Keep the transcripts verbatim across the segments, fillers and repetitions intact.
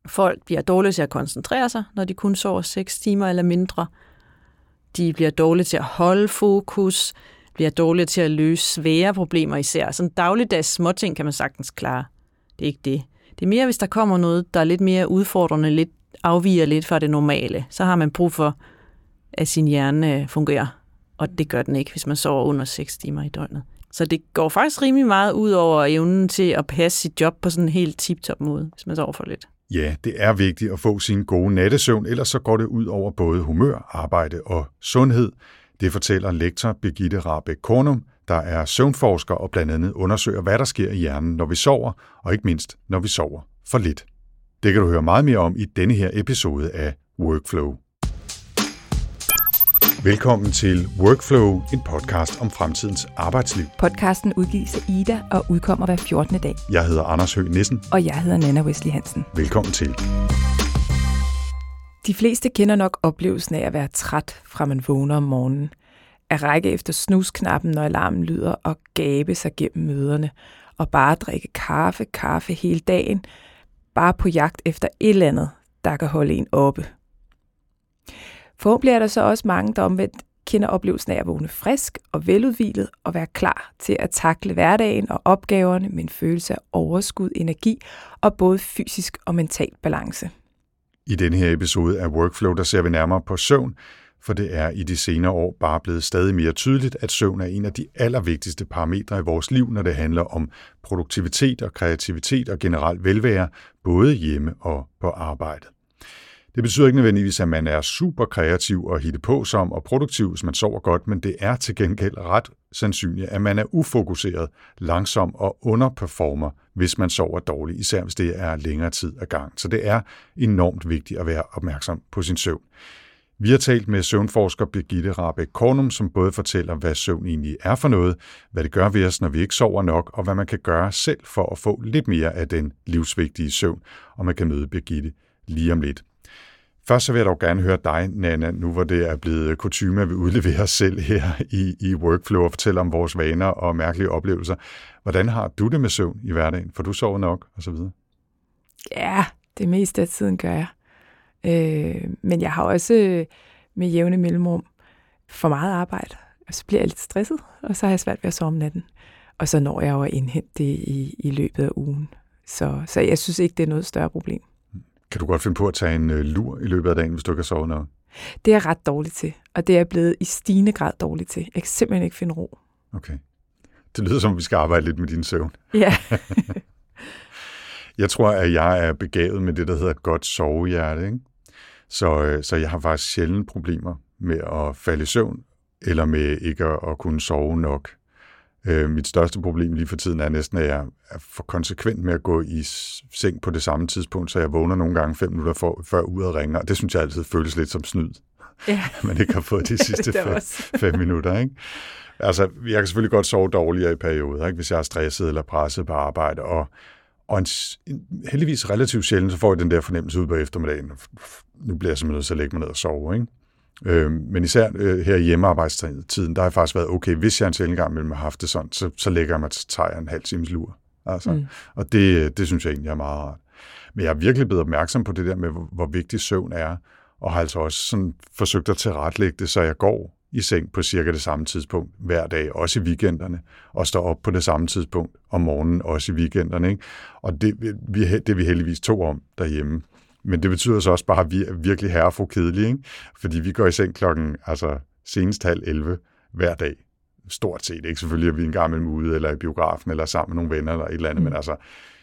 Folk bliver dårlige til at koncentrere sig, når de kun sover seks timer eller mindre. De bliver dårlige til at holde fokus, bliver dårlige til at løse svære problemer især. Sådan dagligdags småting kan man sagtens klare. Det er ikke det. Det er mere, hvis der kommer noget, der er lidt mere udfordrende, lidt afviger lidt fra det normale. Så har man brug for, at sin hjerne fungerer. Og det gør den ikke, hvis man sover under seks timer i døgnet. Så det går faktisk rimelig meget ud over evnen til at passe sit job på sådan en helt tip-top måde, hvis man sover for lidt. Ja, det er vigtigt at få sin gode nattesøvn, ellers så går det ud over både humør, arbejde og sundhed. Det fortæller lektor Birgitte Rahbek Kornum, der er søvnforsker og blandt andet undersøger, hvad der sker i hjernen, når vi sover, og ikke mindst, når vi sover for lidt. Det kan du høre meget mere om i denne her episode af Workflow. Velkommen til Workflow, en podcast om fremtidens arbejdsliv. Podcasten udgives af Ida og udkommer hver fjortende dag. Jeg hedder Anders Høgh Nissen. Og jeg hedder Nanna Wesley Hansen. Velkommen til. De fleste kender nok oplevelsen af at være træt, fra man vågner om morgenen. At række efter snusknappen, når alarmen lyder, og gabe sig gennem møderne. Og bare drikke kaffe, kaffe hele dagen. Bare på jagt efter et eller andet, der kan holde en oppe. Forhåbentlig er der så også mange, der omvendt kender oplevelsen af at vågne frisk og veludhvilet og være klar til at takle hverdagen og opgaverne med en følelse af overskud, energi og både fysisk og mental balance. I denne her episode af Workflow, der ser vi nærmere på søvn, for det er i de senere år bare blevet stadig mere tydeligt, at søvn er en af de allervigtigste parametre i vores liv, når det handler om produktivitet og kreativitet og generelt velvære, både hjemme og på arbejdet. Det betyder ikke nødvendigvis, at man er super kreativ og hittepåsom og produktiv, hvis man sover godt, men det er til gengæld ret sandsynligt, at man er ufokuseret, langsom og underperformer, hvis man sover dårligt, især hvis det er længere tid ad gang. Så det er enormt vigtigt at være opmærksom på sin søvn. Vi har talt med søvnforsker Birgitte Rahbek Kornum, som både fortæller, hvad søvn egentlig er for noget, hvad det gør ved os, når vi ikke sover nok, og hvad man kan gøre selv for at få lidt mere af den livsvigtige søvn, og man kan møde Birgitte lige om lidt. Først så vil jeg dog gerne høre dig, Nanna, nu hvor det er blevet kutyme, at vi udleverer os selv her i, i Workflow og fortæller om vores vaner og mærkelige oplevelser. Hvordan har du det med søvn i hverdagen? For du sover nok, og så videre. Ja, det meste af tiden gør jeg. Øh, men jeg har også med jævne mellemrum for meget arbejde, og så bliver jeg lidt stresset, og så har jeg svært ved at sove om natten. Og så når jeg jo at indhente det i, i løbet af ugen. Så, så jeg synes ikke, det er noget større problem. Kan du godt finde på at tage en lur i løbet af dagen, hvis du ikke har sovet nok? Det er jeg ret dårligt til, og det er jeg blevet i stigende grad dårligt til. Jeg kan simpelthen ikke finde ro. Okay. Det lyder som, at vi skal arbejde lidt med din søvn. Ja. Jeg tror, at jeg er begavet med det, der hedder et godt sovehjerte, ikke? Så, så jeg har faktisk sjældent problemer med at falde i søvn, eller med ikke at, at kunne sove nok. Øh, mit største problem lige for tiden er næsten, at jeg er for konsekvent med at gå i seng på det samme tidspunkt, så jeg vågner nogle gange fem minutter for, før uret ringer, og det synes jeg altid føles lidt som snyd. Ja. Man ikke har fået de sidste fem, fem minutter, ikke? Altså, jeg kan selvfølgelig godt sove dårligere i perioder, ikke? Hvis jeg er stresset eller presset på arbejde, og, og en, en, heldigvis relativt sjældent, så får jeg den der fornemmelse ud på eftermiddagen. Nu bliver jeg simpelthen nødt til at lægge mig ned og sove, ikke? Øh, men især øh, her i hjemmearbejdstiden, der har jeg faktisk været okay, hvis jeg en sjældent gang mellem har haft det sådan, så, så lægger jeg mig til tager en halv times lur. Altså. Mm. Og det, det synes jeg egentlig er meget rart. Men jeg er virkelig blevet opmærksom på det der med, hvor, hvor vigtig søvn er, og har altså også sådan forsøgt at tilrettelægge det, så jeg går i seng på cirka det samme tidspunkt hver dag, også i weekenderne, og står op på det samme tidspunkt om morgenen, også i weekenderne. Ikke? Og det, vi, det er vi heldigvis to om derhjemme. Men det betyder så også bare, at vi er virkelig herre for kedelige, ikke? Fordi vi går i seng klokken altså senest halv elleve hver dag. Stort set, ikke? Selvfølgelig er vi en gang imellem ude, eller i biografen, eller sammen med nogle venner, eller et eller andet, mm. men altså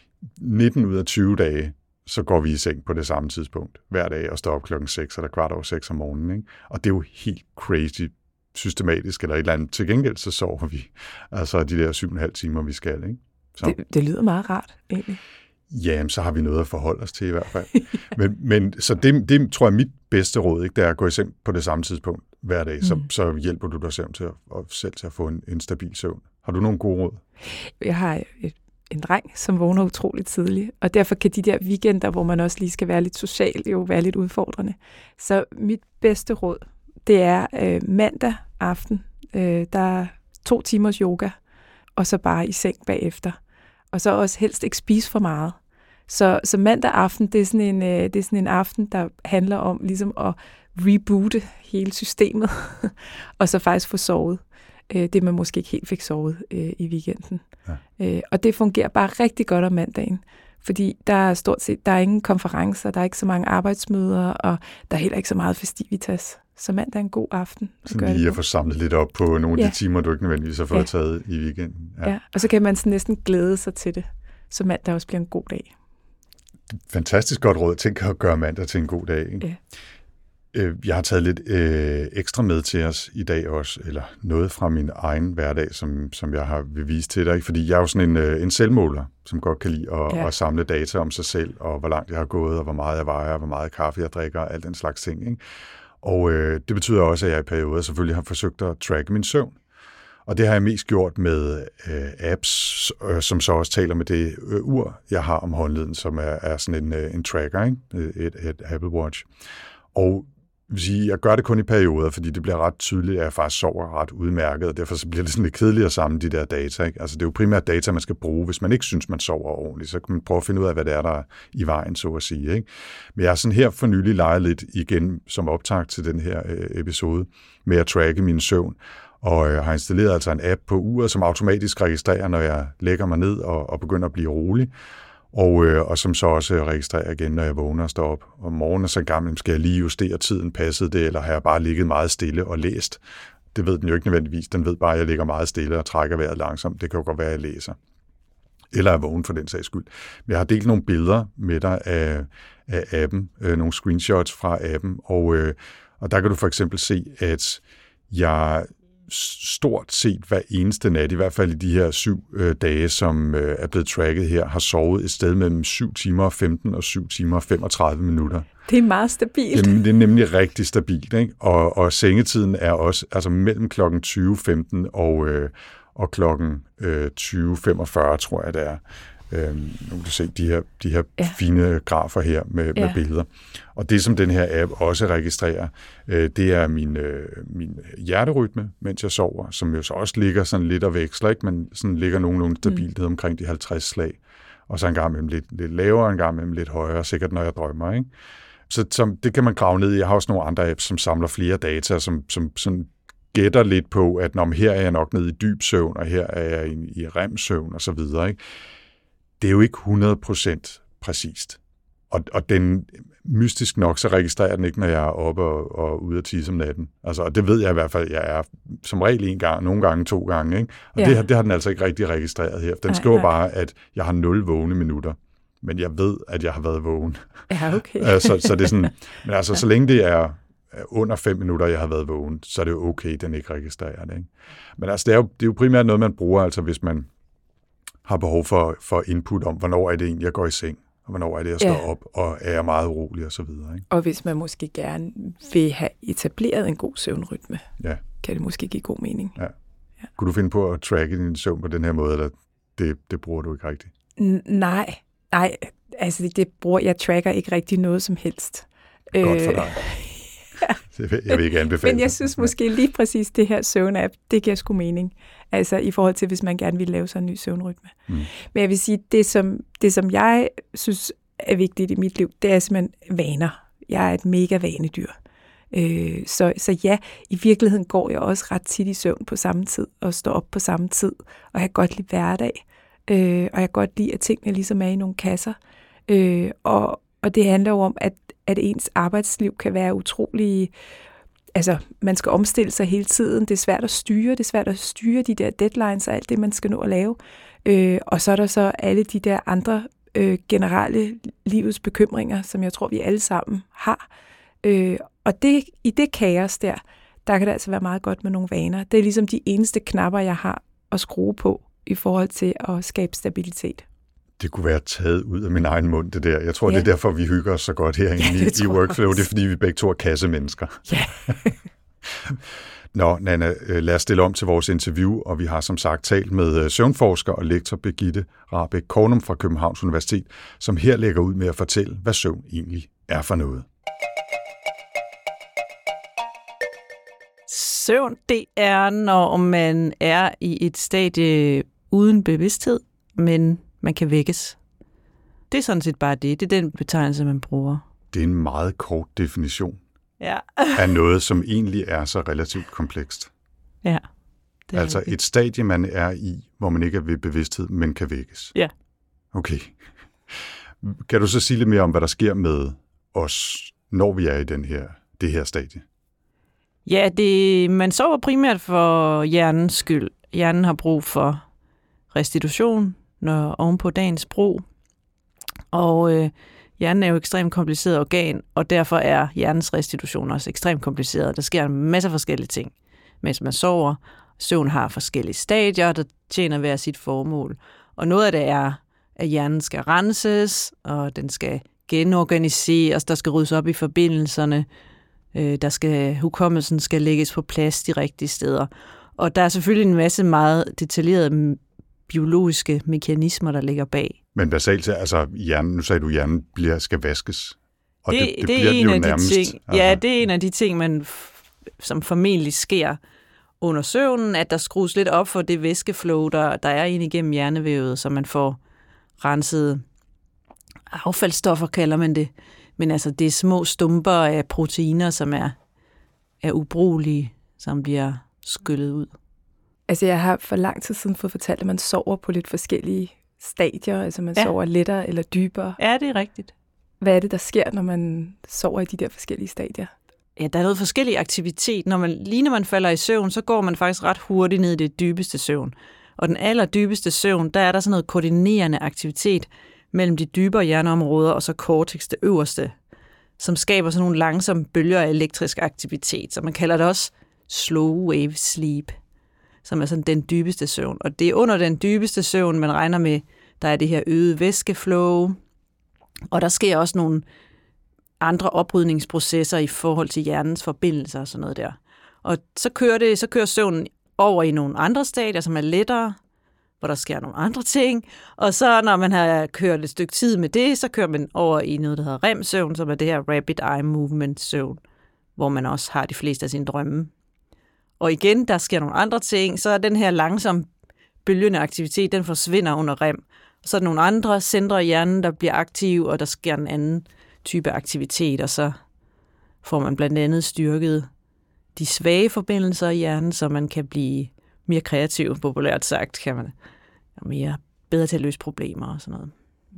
nitten ud af tyve dage, så går vi i seng på det samme tidspunkt hver dag, og står op klokken seks, eller kvart over seks om morgenen, ikke? Og det er jo helt crazy systematisk, eller et eller andet. Til gengæld så sover vi altså de der syv og en halv timer, vi skal, ikke? Så. Det, det lyder meget rart, egentlig. Jamen, så har vi noget at forholde os til i hvert fald. men, men så det, det tror jeg er mit bedste råd, ikke? Det er at gå i seng på det samme tidspunkt hver dag, mm. så, så hjælper du dig selv til at, og selv til at få en, en stabil søvn. Har du nogle gode råd? Jeg har et, en dreng, som vågner utroligt tidligt, og derfor kan de der weekender, hvor man også lige skal være lidt social, jo være lidt udfordrende. Så mit bedste råd, det er øh, mandag aften, øh, der er to timers yoga, og så bare i seng bagefter. Og så også helst ikke spise for meget. Så, så mandag aften, det er, sådan en, det er sådan en aften, der handler om ligesom at reboote hele systemet, og så faktisk få sovet. Det man måske ikke helt fik sovet i weekenden. Ja. Og det fungerer bare rigtig godt om mandagen, fordi der er stort set der er ingen konferencer, der er ikke så mange arbejdsmøder, og der er heller ikke så meget festivitas. Så mandag er en god aften. Så lige at få samlet lidt op på nogle af ja. de timer, du ikke nødvendigvis har fået ja. taget i weekenden. Ja. ja, og så kan man sådan næsten glæde sig til det, så mandag også bliver en god dag. Fantastisk godt råd. Tænk at gøre mandag til en god dag. Ikke? Ja. Jeg har taget lidt øh, ekstra med til os i dag også, eller noget fra min egen hverdag, som, som jeg har vil vise til dig. Fordi jeg er jo sådan en, øh, en selvmåler, som godt kan lide at, ja. at samle data om sig selv, og hvor langt jeg har gået, og hvor meget jeg vejer, og hvor meget kaffe jeg drikker, og alt den slags ting. Ikke? Og øh, det betyder også, at jeg i perioder selvfølgelig har forsøgt at tracke min søvn. Og det har jeg mest gjort med øh, apps, øh, som så også taler med det øh, ur, jeg har om håndleden, som er, er sådan en, øh, en tracker, ikke? Et, et Apple Watch. Og jeg gør det kun i perioder, fordi det bliver ret tydeligt, at jeg faktisk sover ret udmærket, og derfor så bliver det sådan lidt kedeligt at samle de der data. Ikke? Altså det er jo primært data, man skal bruge, hvis man ikke synes, man sover ordentligt. Så kan man prøve at finde ud af, hvad det er, der er i vejen, så at sige. Ikke? Men jeg har sådan her for nylig leget lidt igen, som optakt til den her øh, episode, med at tracke min søvn, og øh, har installeret altså en app på uret, som automatisk registrerer, når jeg lægger mig ned og, og begynder at blive rolig. Og, øh, og som så også registrerer igen, når jeg vågner og står op om morgenen, så gammel skal jeg lige justere tiden, passede det, eller har jeg bare ligget meget stille og læst. Det ved den jo ikke nødvendigvis, den ved bare, at jeg ligger meget stille og trækker vejret langsomt. Det kan jo godt være, at jeg læser. Eller er vågen for den sags skyld. Men jeg har delt nogle billeder med dig af, af appen, øh, nogle screenshots fra appen, og, øh, og der kan du for eksempel se, at jeg stort set hver eneste nat, i hvert fald i de her syv øh, dage, som øh, er blevet tracket her, har sovet et sted mellem syv timer og femten og syv timer og femogtredive minutter. Det er meget stabilt. Det, det er nemlig rigtig stabilt, ikke? Og, og sengetiden er også altså mellem klokken tyve femten og, øh, og klokken øh, tyve femogfyrre, tror jeg det er. Øhm, nu kan du se de her, de her ja. fine grafer her med, ja. med billeder. Og det, som den her app også registrerer, øh, det er min, øh, min hjerterytme, mens jeg sover, som jo så også ligger sådan lidt og veksler, ikke? Men sådan ligger nogenlunde stabilt mm. omkring de halvtreds slag. Og så en gang imellem lidt, lidt lavere, en gang imellem lidt højere, sikkert når jeg drømmer, ikke? Så som, det kan man grave ned i. Jeg har også nogle andre apps, som samler flere data, som, som sådan gætter lidt på, at når her er jeg nok nede i dyb søvn, og her er jeg i, i rem-søvn, og så videre, ikke? Det er jo ikke hundrede procent præcist. Og, og den, mystisk nok, så registrerer den ikke, når jeg er oppe og, og ude at tisse om natten. Altså, og det ved jeg i hvert fald, jeg er som regel en gang, nogle gange to gange. Ikke? Og ja. det, det har den altså ikke rigtig registreret her. Den skriver bare, at jeg har nul vågne minutter. Men jeg ved, at jeg har været vågen. Ja, okay. så, så det er sådan, men altså, så længe det er under fem minutter, jeg har været vågen, så er det jo okay, den ikke registrerer det. Ikke? Men altså, det er, jo, det er jo primært noget, man bruger, altså hvis man har behov for, for input om, hvornår er det egentlig, jeg går i seng, og hvornår er det, jeg står ja. op, og er jeg meget urolig, og så videre. Ikke? Og hvis man måske gerne vil have etableret en god søvnrytme, ja. kan det måske give god mening. Ja. Ja. Kunne du finde på at tracke din søvn på den her måde, eller det, det bruger du ikke rigtigt? N- nej, nej, altså det, det bruger, jeg tracker ikke rigtig noget som helst. Godt for dig. Jeg vil ikke anbefale Men jeg synes måske lige præcis det her søvn-app, det giver sgu mening. Altså i forhold til, hvis man gerne vil lave sådan en ny søvnrytme. Mm. Men jeg vil sige, det som, det som jeg synes er vigtigt i mit liv, det er simpelthen vaner. Jeg er et mega vanedyr. Øh, så, så ja, i virkeligheden går jeg også ret tit i søvn på samme tid, og står op på samme tid, og jeg kan godt lide hverdag. Øh, og jeg kan godt lide, at tingene ligesom er i nogle kasser. Øh, og, og det handler jo om, at at ens arbejdsliv kan være utrolig, altså man skal omstille sig hele tiden, det er svært at styre, det er svært at styre de der deadlines og alt det, man skal nå at lave. Øh, og så er der så alle de der andre øh, generelle livets bekymringer, som jeg tror, vi alle sammen har. Øh, og det, i det kaos der, der kan det altså være meget godt med nogle vaner. Det er ligesom de eneste knapper, jeg har at skrue på i forhold til at skabe stabilitet. Det kunne være taget ud af min egen mund, det der. Jeg tror, ja. det er derfor, vi hygger os så godt herinde ja, i, i Workflow. Det er, fordi vi begge to er kassemennesker. Ja. Nå, Nanna, lad os stille om til vores interview, og vi har som sagt talt med søvnforsker og lektor Birgitte Rahbek Kornum fra Københavns Universitet, som her lægger ud med at fortælle, hvad søvn egentlig er for noget. Søvn, det er, når man er i et stadie uden bevidsthed, men man kan vækkes. Det er sådan set bare det. Det er den betegnelse, man bruger. Det er en meget kort definition ja. af noget, som egentlig er så relativt komplekst. Ja. Det altså et stadie, man er i, hvor man ikke er ved bevidsthed, men kan vækkes. Ja. Okay. Kan du så sige lidt mere om, hvad der sker med os, når vi er i den her, det her stadie? Ja, det, man sover primært for hjernens skyld. Hjernen har brug for restitution når ovenpå dagens brug. Og øh, hjernen er jo et ekstremt kompliceret organ, og derfor er hjernens restitution også ekstremt kompliceret. Der sker en masse forskellige ting, mens man sover. Søvn har forskellige stadier, der tjener hver sit formål. Og noget af det er, at hjernen skal renses, og den skal genorganiseres, der skal ryddes op i forbindelserne, øh, der skal, hukommelsen skal lægges på plads de rigtige steder. Og der er selvfølgelig en masse meget detaljerede biologiske mekanismer, der ligger bag. Men basalt, altså hjernen, nu sagde du, hjernen bliver, skal vaskes. Og det, det, det, det bliver er en jo af nærmest. De ting, ja, det er en af de ting, man, som formentlig sker under søvnen, at der skrues lidt op for det væskeflow, der, der er ind igennem hjernevævet, så man får renset affaldsstoffer, kalder man det. Men altså, det er små stumper af proteiner, som er, er ubrugelige, som bliver skyllet ud. Altså, jeg har for lang tid siden fået fortalt, at man sover på lidt forskellige stadier. Altså, man ja. sover lettere eller dybere. Ja, det er rigtigt. Hvad er det, der sker, når man sover i de der forskellige stadier? Ja, der er noget forskellig aktivitet. Når man, lige når man falder i søvn, så går man faktisk ret hurtigt ned i det dybeste søvn. Og den allerdybeste søvn, der er der sådan noget koordinerende aktivitet mellem de dybere hjerneområder og så cortex, det øverste, som skaber sådan nogle langsomme bølger af elektrisk aktivitet. Så man kalder det også slow wave sleep, som er sådan den dybeste søvn. Og det er under den dybeste søvn, man regner med, der er det her øget væskeflow. Og der sker også nogle andre oprydningsprocesser i forhold til hjernens forbindelser og sådan noget der. Og så kører, det, så kører søvnen over i nogle andre stadier, som er lettere, hvor der sker nogle andre ting. Og så når man har kørt et stykke tid med det, så kører man over i noget, der hedder R E M-søvn, som er det her Rapid Eye Movement-søvn, hvor man også har de fleste af sine drømme. Og igen, der sker nogle andre ting, så er den her langsomme bølgende aktivitet, den forsvinder under R E M. Og så er der nogle andre centre i hjernen, der bliver aktive, og der sker en anden type aktivitet, og så får man blandt andet styrket de svage forbindelser i hjernen, så man kan blive mere kreativ, populært sagt, kan man mere bedre til at løse problemer og sådan noget.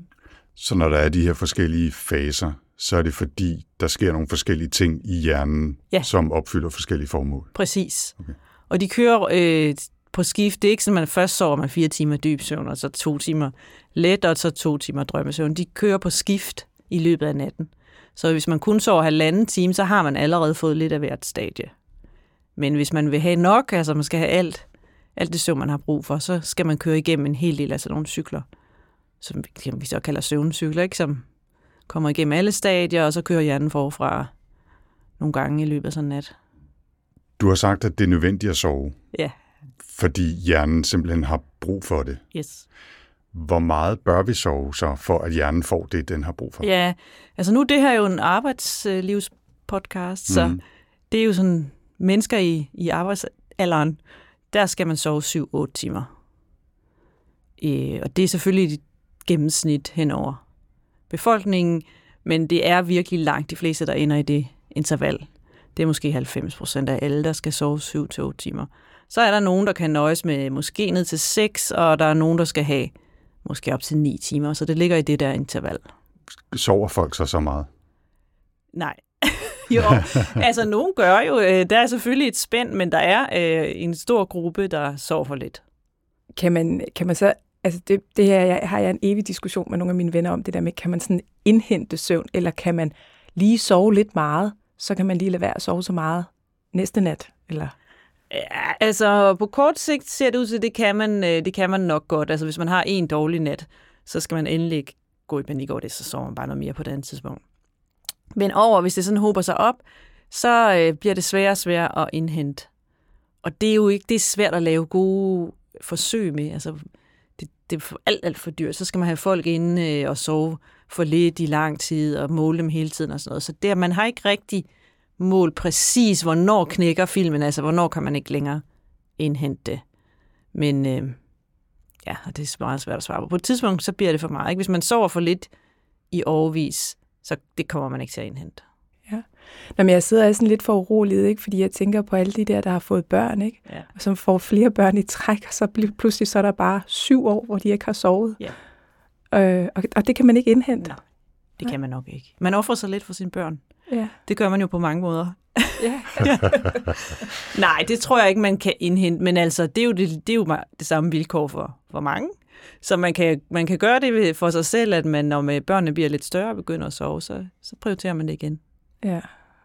Så når der er de her forskellige faser, så er det fordi, der sker nogle forskellige ting i hjernen, ja. Som opfylder forskellige formål? Præcis. Okay. Og de kører øh, på skift. Det er ikke sådan, at man først sover med fire timer dyb søvn, og så to timer let, og så to timer drømmesøvn. De kører på skift i løbet af natten. Så hvis man kun sover halvanden time, så har man allerede fået lidt af hvert stadie. Men hvis man vil have nok, altså man skal have alt, alt det søvn, man har brug for, så skal man køre igennem en hel del af sådan nogle cykler, som vi så kalder søvncykler, ikke? Som kommer igennem alle stadier, og så kører hjernen forfra nogle gange i løbet af sådan en nat. Du har sagt, at det er nødvendigt at sove. Ja. Fordi hjernen simpelthen har brug for det. Yes. Hvor meget bør vi sove så, for at hjernen får det, den har brug for? Ja, altså nu det her er jo en arbejdslivspodcast, så mm. det er jo sådan, mennesker i, i arbejdsalderen, der skal man sove syv otte timer. Øh, og det er selvfølgelig et gennemsnit henover befolkningen, men det er virkelig langt de fleste, der ender i det interval. Det er måske halvfems procent af alle, der skal sove syv til otte timer. Så er der nogen, der kan nøjes med måske ned til seks, og der er nogen, der skal have måske op til ni timer, så det ligger i det der interval. Sover folk så så meget? Nej. Jo, altså nogen gør jo, der er selvfølgelig et spænd, men der er øh, en stor gruppe, der sover for lidt. Kan man, kan man så, altså det, det her jeg, har jeg en evig diskussion med nogle af mine venner om, det der med, kan man sådan indhente søvn, eller kan man lige sove lidt meget, så kan man lige lade være at sove så meget næste nat, eller? Ja, altså på kort sigt ser det ud til, at det kan man, det kan man nok godt. Altså hvis man har en dårlig nat, så skal man endelig gå i panik over det, så sover man bare noget mere på det andet tidspunkt. Men over, hvis det sådan hober sig op, så øh, bliver det sværere og sværere at indhente. Og det er jo ikke, det er svært at lave gode forsøg med. Altså det, det er for alt, alt for dyrt. Så skal man have folk inde øh, og sove for lidt i lang tid og måle dem hele tiden og sådan noget. Så der, man har ikke rigtig mål præcis, hvornår knækker filmen, altså hvornår kan man ikke længere indhente det. Men øh, Ja, og det er meget svært at svare på. På et tidspunkt, så bliver det for meget. Ikke? Hvis man sover for lidt i årevis, så det kommer man ikke til at indhente. Ja. Nå, men jeg sidder også sådan lidt for uroliget, ikke? Fordi jeg tænker på alle de der, der har fået børn, ikke? Ja. Og som får flere børn i træk, og så pludselig så er der bare syv år, hvor de ikke har sovet. Ja. Øh, og, og det kan man ikke indhente. Nej, det kan man nok ikke. Man offrer sig lidt for sine børn. Ja. Det gør man jo på mange måder. Ja. Nej, det tror jeg ikke, man kan indhente, men altså, det er jo det, det, er jo det samme vilkår for, for mange. Så man kan, man kan gøre det for sig selv, at man, når med børnene bliver lidt større og begynder at sove, så, så prioriterer man det igen. Ja.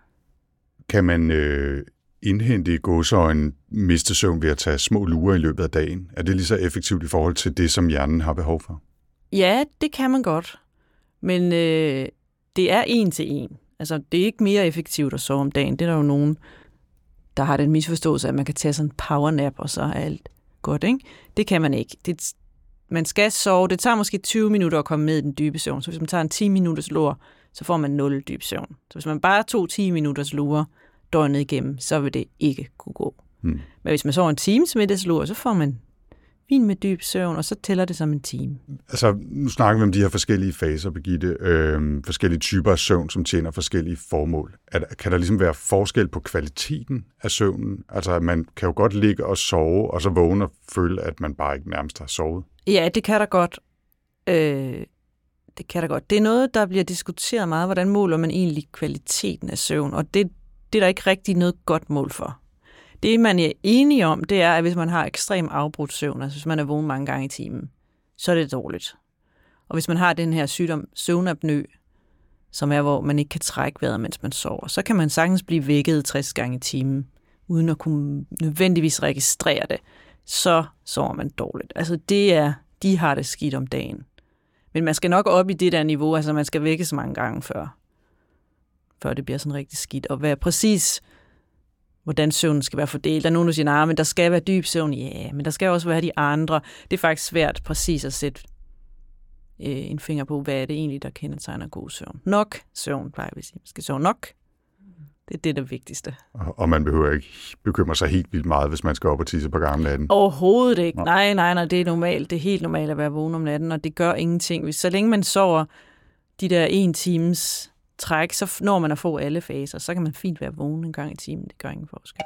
Kan man øh, indhente i gåseøjne miste søvn ved at tage små lurer i løbet af dagen? Er det lige så effektivt i forhold til det, som hjernen har behov for? Ja, det kan man godt. Men øh, det er en til en. Altså, det er ikke mere effektivt at sove om dagen. Det er der jo nogen, der har den misforståelse, at man kan tage sådan en powernap, og så er alt godt, ikke? Det kan man ikke. Det, man skal sove. Det tager måske tyve minutter at komme med i den dybe søvn. Så hvis man tager en ti minutters lur, så får man nul dyb søvn. Så hvis man bare tog ti minutters lure døgnet igennem, så vil det ikke kunne gå. Hmm. Men hvis man sover en times middagslur, så får man fin med dyb søvn, og så tæller det som en time. Altså, nu snakker vi om de her forskellige faser, Birgitte. Øh, forskellige typer af søvn, som tjener forskellige formål. Er, kan der ligesom være forskel på kvaliteten af søvnen? Altså, man kan jo godt ligge og sove, og så vågne og føle, at man bare ikke nærmest har sovet. Ja, det kan der godt. Øh, det kan der godt. Det er noget, der bliver diskuteret meget. Hvordan måler man egentlig kvaliteten af søvn? Og det, det er der ikke rigtig noget godt mål for. Det, man er enige om, det er, at hvis man har ekstrem afbrudt søvn, altså hvis man er vågen mange gange i timen, så er det dårligt. Og hvis man har den her sygdom, søvnapnø, som er, hvor man ikke kan trække vejret, mens man sover, så kan man sagtens blive vækket tres gange i timen, uden at kunne nødvendigvis registrere det. Så sover man dårligt. Altså det er, de har det skidt om dagen. Men man skal nok op i det der niveau, altså man skal vækkes mange gange før, før det bliver sådan rigtig skidt. Og være præcis, hvordan søvnen skal være fordelt. Der er nogen, der siger, nej, men der skal være dyb søvn. Ja, men der skal også være de andre. Det er faktisk svært præcis at sætte øh, en finger på, hvad er det egentlig, der kendetegner god søvn. Nok søvn, plejer vi at sige. Man skal sove nok. Det er det, der er vigtigste. Og, og man behøver ikke bekymre sig helt vildt meget, hvis man skal op og tisse på gang om natten. Overhovedet ikke. Nej. nej, nej, nej, det er normalt. Det er helt normalt at være vågen om natten, og det gør ingenting. Hvis så længe man sover de der en times træk, så når man at få alle faser, så kan man fint være vågen en gang i timen. Det gør ingen forskel.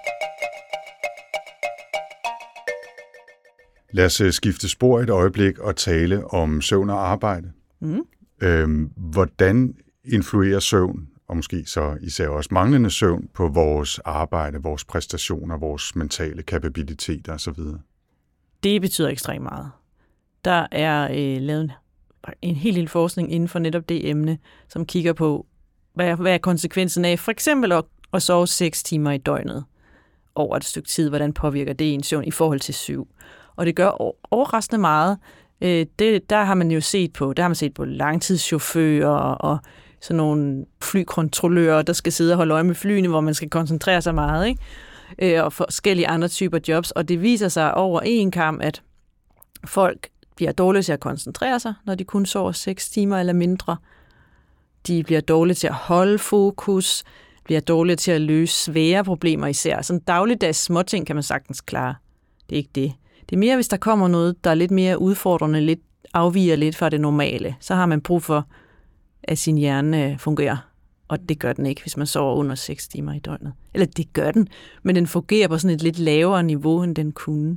Lad os skifte spor et øjeblik og tale om søvn og arbejde. Mm. Øhm, hvordan influerer søvn, og måske så især også manglende søvn, på vores arbejde, vores præstationer, vores mentale kapabiliteter osv.? Det betyder ekstremt meget. Der er øh, lavet en helt lille forskning inden for netop det emne, som kigger på, hvad er, hvad er konsekvensen af for eksempel at, at sove seks timer i døgnet over et stykke tid. Hvordan påvirker det en søvn i forhold til syv? Og det gør overraskende meget. Øh, det, der har man jo set på, der har man set på langtidschauffører og sådan nogle flykontrollører, der skal sidde og holde øje med flyene, hvor man skal koncentrere sig meget, ikke? Øh, og forskellige andre typer jobs. Og det viser sig over en kam, at folk bliver dårlige til at koncentrere sig, når de kun sover seks timer eller mindre. De bliver dårlige til at holde fokus, bliver dårlige til at løse svære problemer især. Sådan dagligdags småting kan man sagtens klare. Det er ikke det. Det er mere, hvis der kommer noget, der er lidt mere udfordrende, lidt afviger lidt fra det normale. Så har man brug for, at sin hjerne fungerer. Og det gør den ikke, hvis man sover under seks timer i døgnet. Eller det gør den, men den fungerer på sådan et lidt lavere niveau, end den kunne.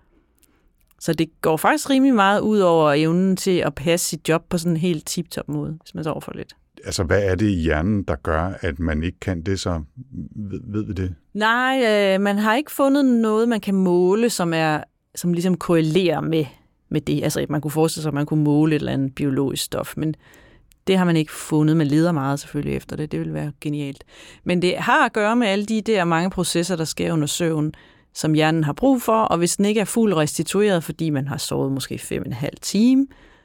Så det går faktisk rimelig meget ud over evnen til at passe sit job på sådan en helt tip-top måde, hvis man sover for lidt. Altså, hvad er det i hjernen, der gør, at man ikke kan det, så ved, ved vi det? Nej, øh, man har ikke fundet noget, man kan måle, som er som ligesom korrelerer med, med det. Altså, man kunne forestille sig, at man kunne måle et eller andet biologisk stof, men det har man ikke fundet. Man leder meget selvfølgelig efter det. Det vil være genialt. Men det har at gøre med alle de der mange processer, der sker under søvn, som hjernen har brug for, og hvis den ikke er fuldt restitueret, fordi man har sovet måske fem og en halv time,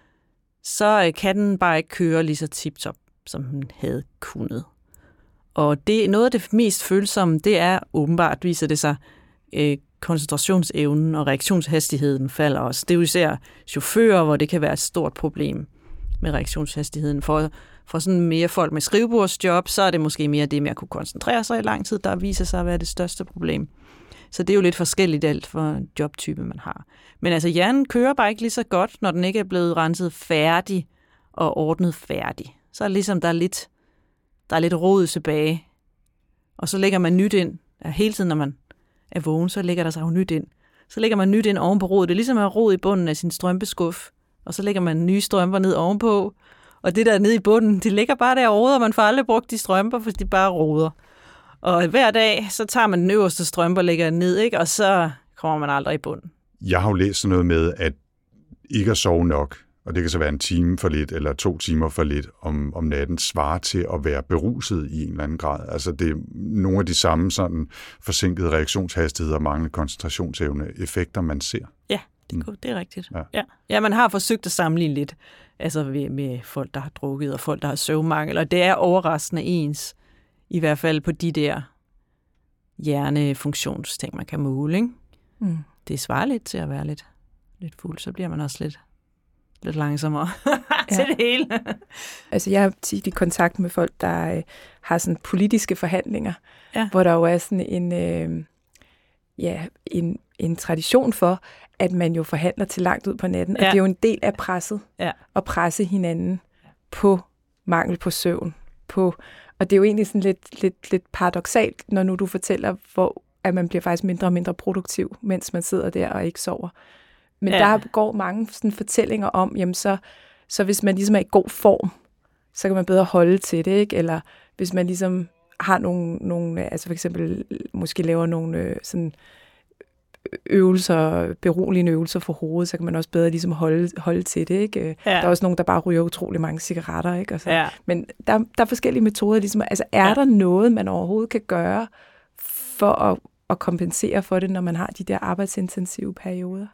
så kan den bare ikke køre lige så tip-top, som den havde kunnet. Og det, noget af det mest følsomme, det er åbenbart, viser det sig, øh, koncentrationsevnen og reaktionshastigheden falder også. Det er jo især chauffører, hvor det kan være et stort problem med reaktionshastigheden. For, for sådan mere folk med skrivebordsjob, så er det måske mere det med at kunne koncentrere sig i lang tid, der viser sig at være det største problem. Så det er jo lidt forskelligt alt for en jobtype, man har. Men altså, hjernen kører bare ikke lige så godt, når den ikke er blevet renset færdig og ordnet færdig. Så er det ligesom, der er lidt, der er lidt rod tilbage. Og så lægger man nyt ind. Ja, hele tiden, når man er vågen, så lægger der sig jo nyt ind. Så lægger man nyt ind oven på rodet. Det er ligesom at have rod i bunden af sin strømpeskuff. Og så lægger man nye strømper ned ovenpå. Og det der nede i bunden, det ligger bare der og roder. Man får aldrig brugt de strømper, for de bare roder. Og hver dag, så tager man den øverste strømpe og lægger den ned, ikke? Og så kommer man aldrig i bunden. Jeg har jo læst sådan noget med, at ikke at sove nok, og det kan så være en time for lidt, eller to timer for lidt om, om natten, svarer til at være beruset i en eller anden grad. Altså det er nogle af de samme sådan forsinkede reaktionshastigheder og manglende koncentrationsevne effekter, man ser. Ja, det, det er rigtigt. Ja. Ja. ja, man har forsøgt at sammenligne lidt altså med, med folk, der har drukket, og folk, der har søvnmangel, og det er overraskende ens. I hvert fald på de der hjernefunktionsting, man kan måle. Ikke? Mm. Det svarer lidt til at være lidt, lidt fuld, så bliver man også lidt, lidt langsommere til ja. det hele. Altså jeg har tit i kontakt med folk, der øh, har sådan politiske forhandlinger, ja. hvor der jo er sådan en, øh, ja, en, en tradition for, at man jo forhandler til langt ud på natten, ja. og det er jo en del af presset, ja. at presse hinanden på mangel på søvn, på. Og det er jo egentlig sådan lidt, lidt, lidt paradoksalt, når nu du fortæller, hvor at man bliver faktisk mindre og mindre produktiv, mens man sidder der og ikke sover. Men ja. der går mange sådan fortællinger om, jamen så, så hvis man ligesom er i god form, så kan man bedre holde til det, ikke? Eller hvis man ligesom har nogle, nogle altså for eksempel måske laver nogle sådan øvelser, beroligende øvelser for hovedet, så kan man også bedre ligesom holde, holde til det, ikke? Ja. Der er også nogen, der bare ryger utrolig mange cigaretter, ikke? Og så, ja. Men der, der er forskellige metoder, ligesom, altså er ja. der noget, man overhovedet kan gøre for at, at kompensere for det, når man har de der arbejdsintensive perioder?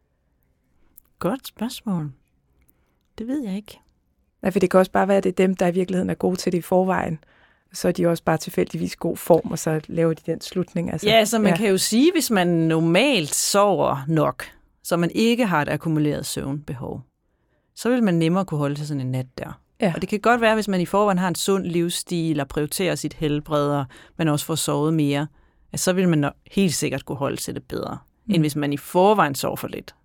Godt spørgsmål. Det ved jeg ikke. Nej, for det kan også bare være, at det er dem, der i virkeligheden er gode til det i forvejen. Så er de også bare tilfældigvis god form, og så laver de den slutning. Altså, ja, så man ja. kan jo sige, hvis man normalt sover nok, så man ikke har et akkumuleret søvnbehov, så vil man nemmere kunne holde til sådan en nat der. Ja. Og det kan godt være, hvis man i forvejen har en sund livsstil, og prioriterer sit helbred, og man også får sovet mere, at så vil man helt sikkert kunne holde til det bedre, mm. end hvis man i forvejen sover for lidt.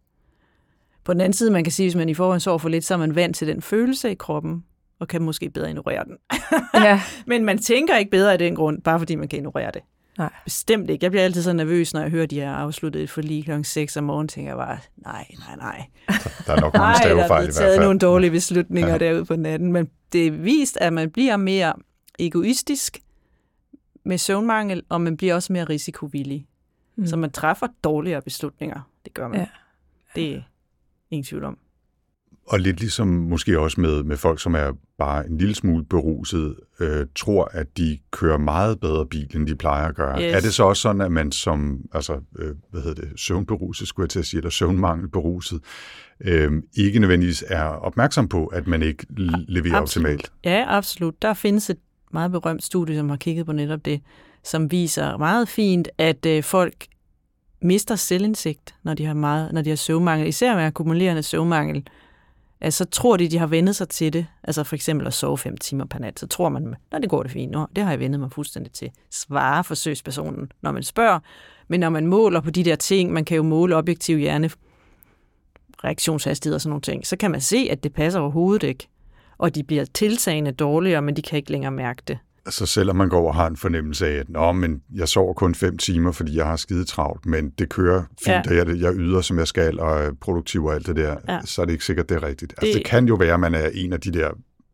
På den anden side, man kan sige, at hvis man i forvejen sover for lidt, så er man vant til den følelse i kroppen, og kan måske bedre ignorere den. Ja. Men man tænker ikke bedre af den grund, bare fordi man kan ignorere det. Nej. Bestemt ikke. Jeg bliver altid så nervøs, når jeg hører, at de har afsluttet et forlig klokken seks om morgenen, tænker jeg bare, nej, nej, nej. Der er nok mange stavefejl i hvert fald. Der er taget nogle dårlige beslutninger ja. derude på natten, men det er vist, at man bliver mere egoistisk med søvnmangel, og man bliver også mere risikovillig. Mm. Så man træffer dårligere beslutninger. Det gør man. Ja. Det er ingen tvivl om. Og lidt ligesom måske også med, med folk, som er bare en lille smule beruset, øh, tror, at de kører meget bedre bil, end de plejer at gøre. Yes. Er det så også sådan, at man som altså, øh, hvad hedder det, søvnberuset, skulle jeg til at sige, eller søvnmangelberuset, øh, ikke nødvendigvis er opmærksom på, at man ikke leverer absolut. optimalt? Ja, absolut. Der findes et meget berømt studie, som har kigget på netop det, som viser meget fint, at øh, folk mister selvindsigt, når de har, meget, når de har søvnmangel. Især med akkumulerende søvnmangel. Altså, så tror de, de har vendet sig til det. Altså for eksempel at sove fem timer per nat. Så tror man, når det går det fint. Nå, det har jeg vendet mig fuldstændig til. Svarer forsøgspersonen, når man spørger. Men når man måler på de der ting, man kan jo måle objektiv hjerne, reaktionshastighed og sådan nogle ting, så kan man se, at det passer overhovedet ikke. Og de bliver tiltagende dårligere, men de kan ikke længere mærke det. Altså selvom man går og har en fornemmelse af, at Nå, men jeg sover kun fem timer, fordi jeg har skide travlt, men det kører fint, ja. og jeg, jeg yder, som jeg skal, og er produktiv og alt det der, ja. så er det ikke sikkert, det er rigtigt. Det... Altså det kan jo være, at man er en af de der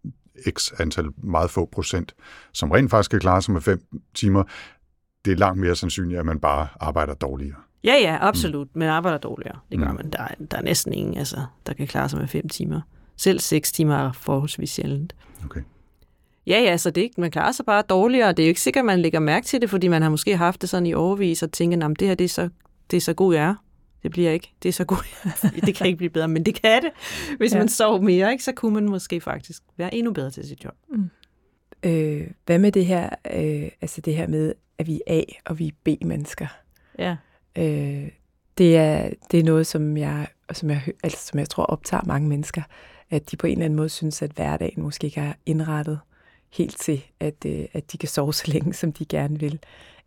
x antal, meget få procent, som rent faktisk kan klare sig med fem timer. Det er langt mere sandsynligt, at man bare arbejder dårligere. Ja, ja, absolut. Mm. Man arbejder dårligere. Det gør mm. man. Der er, der er næsten ingen, altså, der kan klare sig med fem timer. Selv seks timer er forholdsvis sjældent. Okay. Ja, ja, så det ikke, man klarer sig bare dårligere. Det er jo ikke sikkert, at man lægger mærke til det, fordi man har måske haft det sådan i overvis og tænker, at det her det er, så, det er så god jeg er. Det bliver ikke. Det er så god det kan ikke blive bedre, men det kan det. Hvis ja. man sover mere, ikke, så kunne man måske faktisk være endnu bedre til sit job. Mm. Øh, hvad med det her, øh, altså det her med, at vi er A- og vi er B-mennesker? Ja. Øh, det, er, det er noget, som jeg, som, jeg, altså, som jeg tror optager mange mennesker, at de på en eller anden måde synes, at hverdagen måske ikke er indrettet helt til, at, øh, at de kan sove så længe, som de gerne vil.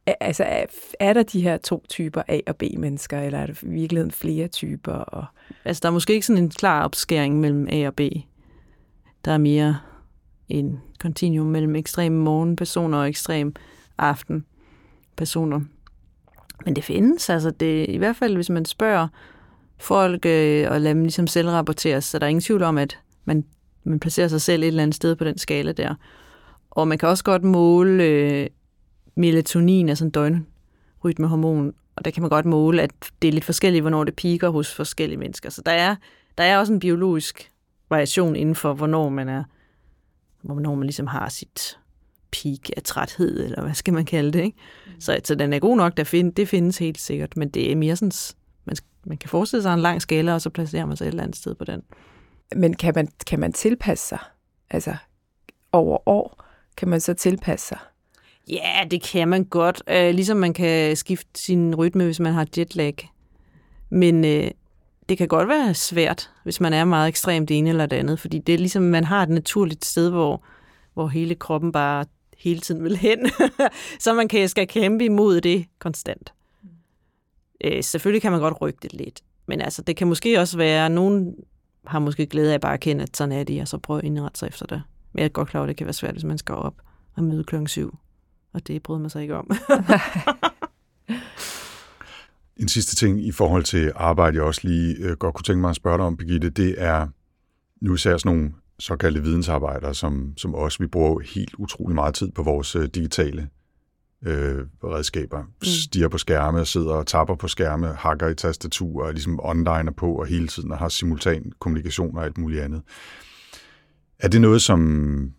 Altså, er, er der de her to typer A- og B-mennesker, eller er der i virkeligheden flere typer? Og... Altså, der er måske ikke sådan en klar opskæring mellem A og B. Der er mere en kontinuum mellem ekstreme morgenpersoner og ekstrem aftenpersoner. Men det findes, altså det, i hvert fald hvis man spørger folk øh, og lader dem ligesom selv rapporteres, så der er ingen tvivl om, at man, man placerer sig selv et eller andet sted på den skala der. Og man kan også godt måle øh, melatonin, altså en døgnrytmehormon, og der kan man godt måle, at det er lidt forskelligt, hvornår det piker hos forskellige mennesker. Så der er, der er også en biologisk variation inden for, hvornår man er, hvornår man ligesom har sit peak af træthed, eller hvad skal man kalde det, ikke? Mm. Så, så den er god nok, der find, det findes helt sikkert, men det er mere sådan, man, man kan forestille sig en lang skala, og så placerer man sig et eller andet sted på den. Men kan man, kan man tilpasse sig? Altså, over år, kan man så tilpasse sig? Ja, det kan man godt. Øh, ligesom man kan skifte sin rytme, hvis man har jetlag. Men øh, det kan godt være svært, hvis man er meget ekstremt det ene eller det andet, fordi det er ligesom, man har et naturligt sted, hvor, hvor hele kroppen bare hele tiden vil hen. Så man kan, skal kæmpe imod det konstant. Mm. Øh, selvfølgelig kan man godt rykke det lidt. Men altså, det kan måske også være, at nogen har måske glæde af bare at kende, at sådan er de, og så prøve at indrette sig efter det. Men jeg er godt klar, at det kan være svært, hvis man skal op og møde klokken syv. Og det bryder man sig ikke om. En sidste ting i forhold til arbejde, jeg også lige øh, godt kunne tænke mig at spørge dig om, Birgitte, det er, nu ser jeg sådan nogle såkaldte vidensarbejdere, som, som også vi bruger helt utrolig meget tid på vores øh, digitale øh, redskaber. Mm. Stiger på skærme, sidder og tapper på skærme, hakker i tastatur, og ligesom online på, og hele tiden og har simultan kommunikation og alt muligt andet. Er det noget, som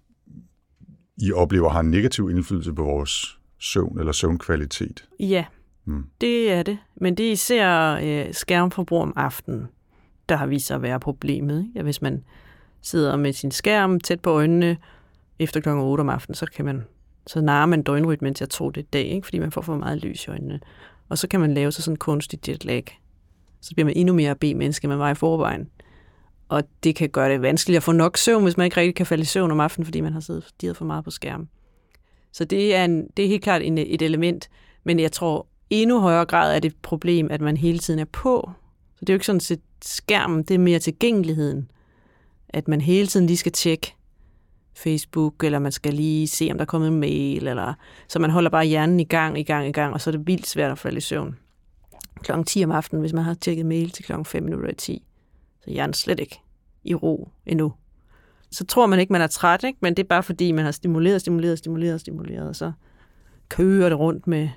I oplever har en negativ indflydelse på vores søvn eller søvnkvalitet? Ja, mm. det er det. Men det er især øh, skærmforbrug om aftenen, der har vist sig at være problemet. Ikke? Ja, hvis man sidder med sin skærm tæt på øjnene efter klokken otte om aftenen, så kan man så narer man døgnrytmen til at tro det er dag, ikke? Fordi man får for meget lys i øjnene. Og så kan man lave sig sådan en kunstig jetlag. Så bliver man endnu mere B-menneske, man var i forvejen. Og det kan gøre det vanskeligt at få nok søvn, hvis man ikke rigtig kan falde i søvn om aftenen, fordi man har siddet stirret for meget på skærmen. Så det er, en, det er helt klart en, et element, men jeg tror endnu højere grad er det et problem, at man hele tiden er på. Så det er jo ikke sådan set skærmen, det er mere tilgængeligheden. At man hele tiden lige skal tjekke Facebook, eller man skal lige se, om der er kommet en mail, eller så man holder bare hjernen i gang, i gang, i gang, og så er det vildt svært at falde i søvn. Klokken ti om aftenen, hvis man har tjekket mail til klokken fem minutter i ti, så hjernen slet ikke i ro endnu. Så tror man ikke, man er træt, ikke? Men det er bare fordi, man har stimuleret, stimuleret, stimuleret, stimuleret, og så kører det rundt med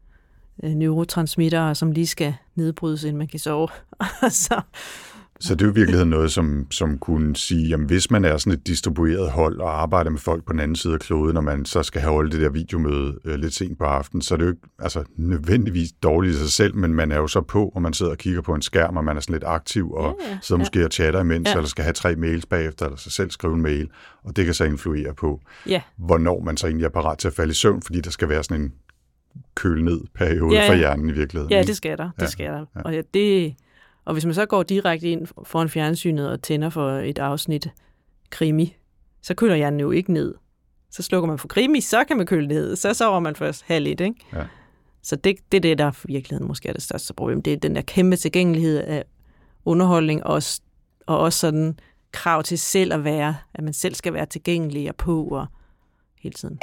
øh, neurotransmittere, som lige skal nedbrydes, inden man kan sove. så, så det er jo i virkeligheden noget, som, som kunne sige, jamen hvis man er sådan et distribueret hold og arbejder med folk på den anden side af kloden, når man så skal have holdt det der videomøde øh, lidt sent på aftenen, så er det jo ikke altså, nødvendigvis dårligt i sig selv, men man er jo så på, og man sidder og kigger på en skærm, og man er sådan lidt aktiv, og ja, ja, sidder måske ja. og chatter imens, ja. eller skal have tre mails bagefter, eller så selv skrive en mail, og det kan så influere på, ja. hvornår man så egentlig er parat til at falde i søvn, fordi der skal være sådan en køl-ned-periode ja, for hjernen i virkeligheden. Ja, det skal der. Det ja, skal der. Ja. Og, ja, det, og hvis man så går direkte ind foran fjernsynet og tænder for et afsnit krimi, så køler hjernen jo ikke ned. Så slukker man for krimi, så kan man køle ned. Så sover man først halv et, ikke? Ja. Så det, det er det, der i virkeligheden måske er det største problem. Det er den der kæmpe tilgængelighed af underholdning, og, og også sådan krav til selv at være, at man selv skal være tilgængelig og på og hele tiden.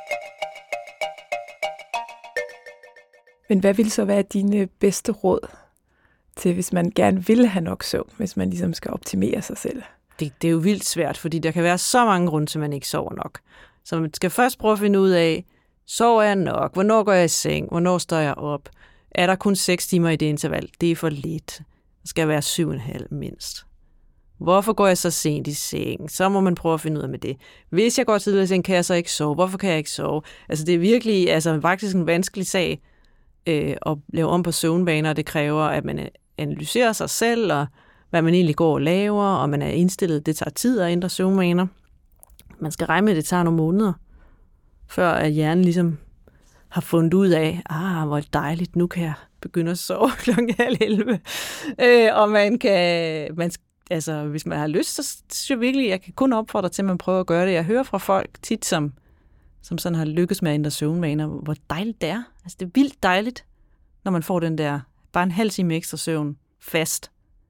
Men hvad vil så være dine bedste råd til, hvis man gerne vil have nok søvn, hvis man ligesom skal optimere sig selv? Det, det er jo vildt svært, fordi der kan være så mange grunde til, at man ikke sover nok. Så man skal først prøve at finde ud af, sover jeg nok? Hvornår går jeg i seng? Hvornår står jeg op? Er der kun seks timer i det interval? Det er for lidt. Der skal være syv og en halv mindst. Hvorfor går jeg så sent i seng? Så må man prøve at finde ud af med det. Hvis jeg går tidligere i seng, kan jeg så ikke sove. Hvorfor kan jeg ikke sove? Altså det er virkelig altså, faktisk en vanskelig sag øh, at lave om på søvnvaner. Det kræver, at man analyserer sig selv, og hvad man egentlig går og laver, og man er indstillet. Det tager tid at ændre søvnvaner. Man skal regne med, at det tager nogle måneder, før at hjernen ligesom har fundet ud af, ah, hvor dejligt, nu kan jeg begynde at sove klokken halv elleve. Øh, og man kan, man, altså, hvis man har lyst, så synes jeg virkelig, jeg kan kun opfordre til, at man prøver at gøre det. Jeg hører fra folk tit, som, som sådan har lykkes med at ændre søvnvaner, hvor dejligt det er. Altså det er vildt dejligt, når man får den der, bare en halv time ekstra søvn fast.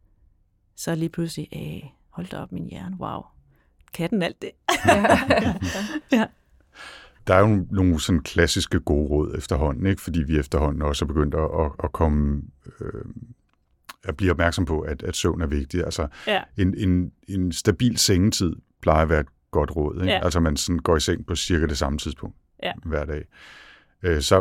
Så lige pludselig, æh, hold da op min hjerne, wow. Kan den alt det? Ja. Ja. Der er jo nogle sådan klassiske gode råd efterhånden, ikke? Fordi vi efterhånden også er begyndt at, at komme, øh, at blive opmærksom på, at, at søvn er vigtig. Altså ja. en, en, en stabil sengetid plejer at være et godt råd, ikke? Ja. Altså man sådan går i seng på cirka det samme tidspunkt ja. hver dag. Så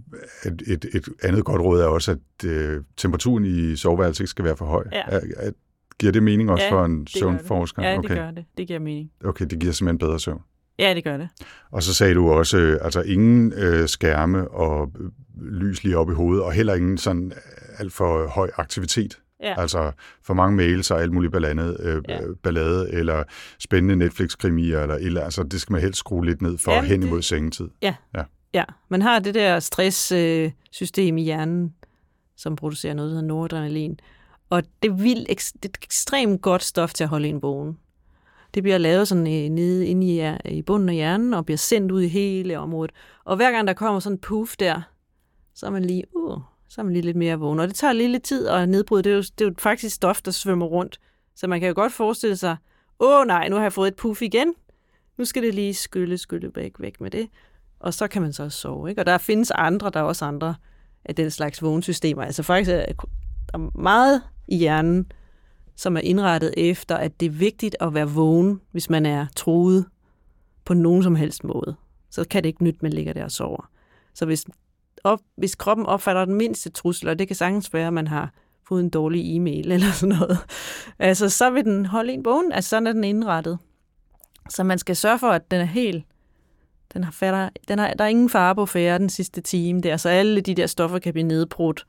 et, et, et andet godt råd er også, at øh, temperaturen i soveværelset ikke skal være for høj. Ja. At, at, giver det mening også ja, for en søvnforsker? Ja, det okay. gør det. Det giver mening. Okay, det giver simpelthen bedre søvn. Ja, det gør det. Og så sagde du også, øh, altså ingen øh, skærme og lys lige op i hovedet, og heller ingen sådan alt for høj aktivitet. Ja. Altså for mange mails og alt muligt ballade, øh, ja. ballade eller spændende Netflix-krimier, eller, eller altså det skal man helst skrue lidt ned for. Jamen, hen imod det... sengetid. Ja. ja, ja. Man har det der stresssystem øh, i hjernen, som producerer noget, der hedder noradrenalin. Og det er, vildt, det er et ekstremt godt stof til at holde en vågen. Det bliver lavet sådan øh, nede inde i, i bunden af hjernen, og bliver sendt ud i hele området. Og hver gang der kommer sådan en puff der, så er man lige, uh, så er man lige lidt mere vågen. Og det tager lige lidt tid at nedbryde. Det er jo, det er jo faktisk stof, der svømmer rundt. Så man kan jo godt forestille sig, åh nej, nu har jeg fået et puff igen. Nu skal det lige skylle, skylle væk, væk med det. Og så kan man så sove, ikke? Og der findes andre, der er også andre af den slags vågensystemer. Altså faktisk er der meget i hjernen, som er indrettet efter, at det er vigtigt at være vågen, hvis man er truet på nogen som helst måde. Så kan det ikke nytte, man ligger der og sover. Så hvis, op, hvis kroppen opfatter den mindste trussel, og det kan sagtens være, at man har fået en dårlig e-mail eller sådan noget, altså, så vil den holde en vågen. Altså sådan er den indrettet. Så man skal sørge for, at den er helt, den har fatter, den har, der er ingen fare på færre den sidste time der, så alle de der stoffer kan blive nedbrudt,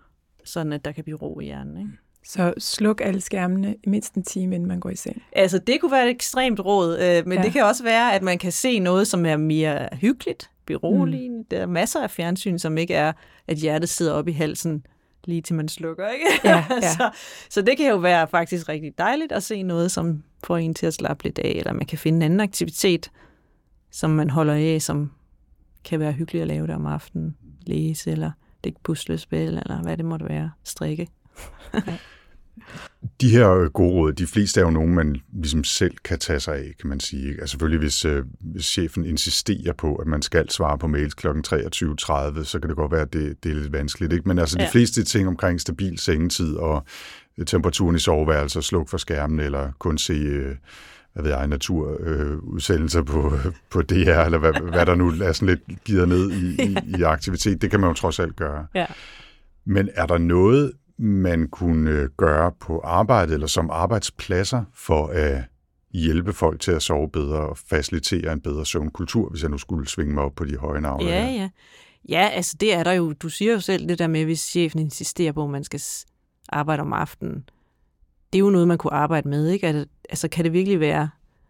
sådan at der kan blive ro i hjernen, ikke? Så sluk alle skærmene i mindst en time, inden man går i seng. Altså, det kunne være et ekstremt råd, øh, men ja. det kan også være, at man kan se noget, som er mere hyggeligt, beroligende. Mm. Der er masser af fjernsyn, som ikke er, at hjertet sidder op i halsen, lige til man slukker, ikke? Ja, ja. så, så det kan jo være faktisk rigtig dejligt at se noget, som får en til at slappe lidt af, eller man kan finde en anden aktivitet, som man holder af, som kan være hyggeligt at lave det om aftenen. Læse, eller lægge puslespil, eller hvad det måtte være. Strikke. Ja. De her gode råd, de fleste er jo nogen, man ligesom selv kan tage sig af, kan man sige. Altså selvfølgelig, hvis, øh, hvis chefen insisterer på, at man skal svare på mails klokken treogtyve tredive, så kan det godt være, at det, det er lidt vanskeligt, ikke? Men altså ja. de fleste ting omkring stabil sengetid og temperaturen i soveværelser, sluk for skærmen, eller kun se øh, hvad ved jeg, naturudsendelser øh, på, på D R, eller hvad, hvad der nu er sådan lidt givet ned i, i, i aktivitet, det kan man jo trods alt gøre. Ja. Men er der noget, man kunne gøre på arbejde eller som arbejdspladser for at hjælpe folk til at sove bedre og facilitere en bedre søvnkultur, hvis jeg nu skulle svinge mig op på de høje navne? Ja, ja. Ja, altså det er der jo. Du siger jo selv det der med, hvis chefen insisterer på, at man skal arbejde om aftenen. Det er jo noget, man kunne arbejde med, ikke? Altså kan det virkelig være,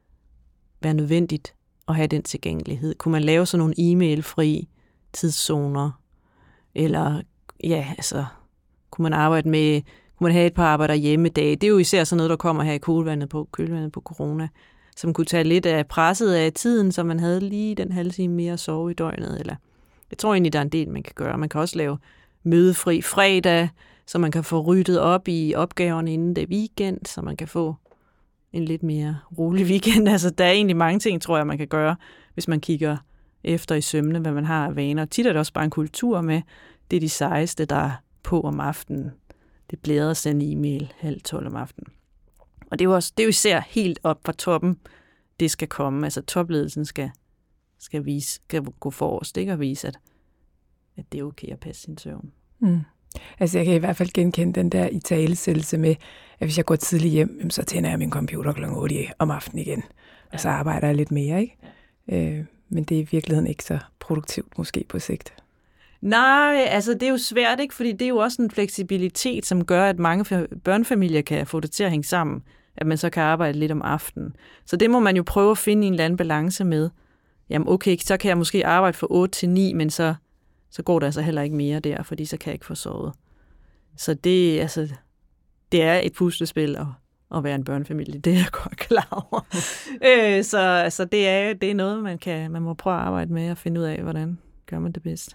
være nødvendigt at have den tilgængelighed? Kunne man lave sådan nogle e-mail-fri tidszoner? Eller, ja, altså... Kunne man arbejde med, kunne man have et par arbejder hjemmedage. Det er jo især sådan noget, der kommer her i kølvandet på, kølvandet på corona, som kunne tage lidt af presset af tiden, så man havde lige den halve time mere at sove i døgnet. Eller, jeg tror egentlig, der er en del, man kan gøre. Man kan også lave mødefri fredag, så man kan få ryddet op i opgaverne inden det er weekend, så man kan få en lidt mere rolig weekend. Altså, der er egentlig mange ting, tror jeg, man kan gøre, hvis man kigger efter i sømne, hvad man har af vaner. Tit er det også bare en kultur med, det er de sejeste, der på om aftenen. Det blæder at sende e-mail halv tolv om aftenen. Og det er jo, også, det er jo især helt op fra toppen, det skal komme. Altså topledelsen skal, skal, vise, skal gå forrest, ikke? Og vise, at, at det er okay at passe sin søvn. Mm. Altså jeg kan i hvert fald genkende den der italesættelse med, at hvis jeg går tidligt hjem, så tænder jeg min computer klokken otte om aftenen igen. Ja. Og så arbejder jeg lidt mere, ikke? Ja. Øh, men det er i virkeligheden ikke så produktivt måske på sigt. Nej, altså det er jo svært, ikke? Fordi det er jo også en fleksibilitet, som gør, at mange børnefamilier kan få det til at hænge sammen, at man så kan arbejde lidt om aftenen. Så det må man jo prøve at finde en eller anden balance med. Jamen okay, så kan jeg måske arbejde fra otte til ni, men så, så går der altså heller ikke mere der, fordi så kan jeg ikke få sovet. Så det, altså, det er et puslespil at, at være en børnefamilie. Det er jeg godt klar over. øh, så altså, det, er, det er noget, man, kan, man må prøve at arbejde med og finde ud af, hvordan gør man det bedst.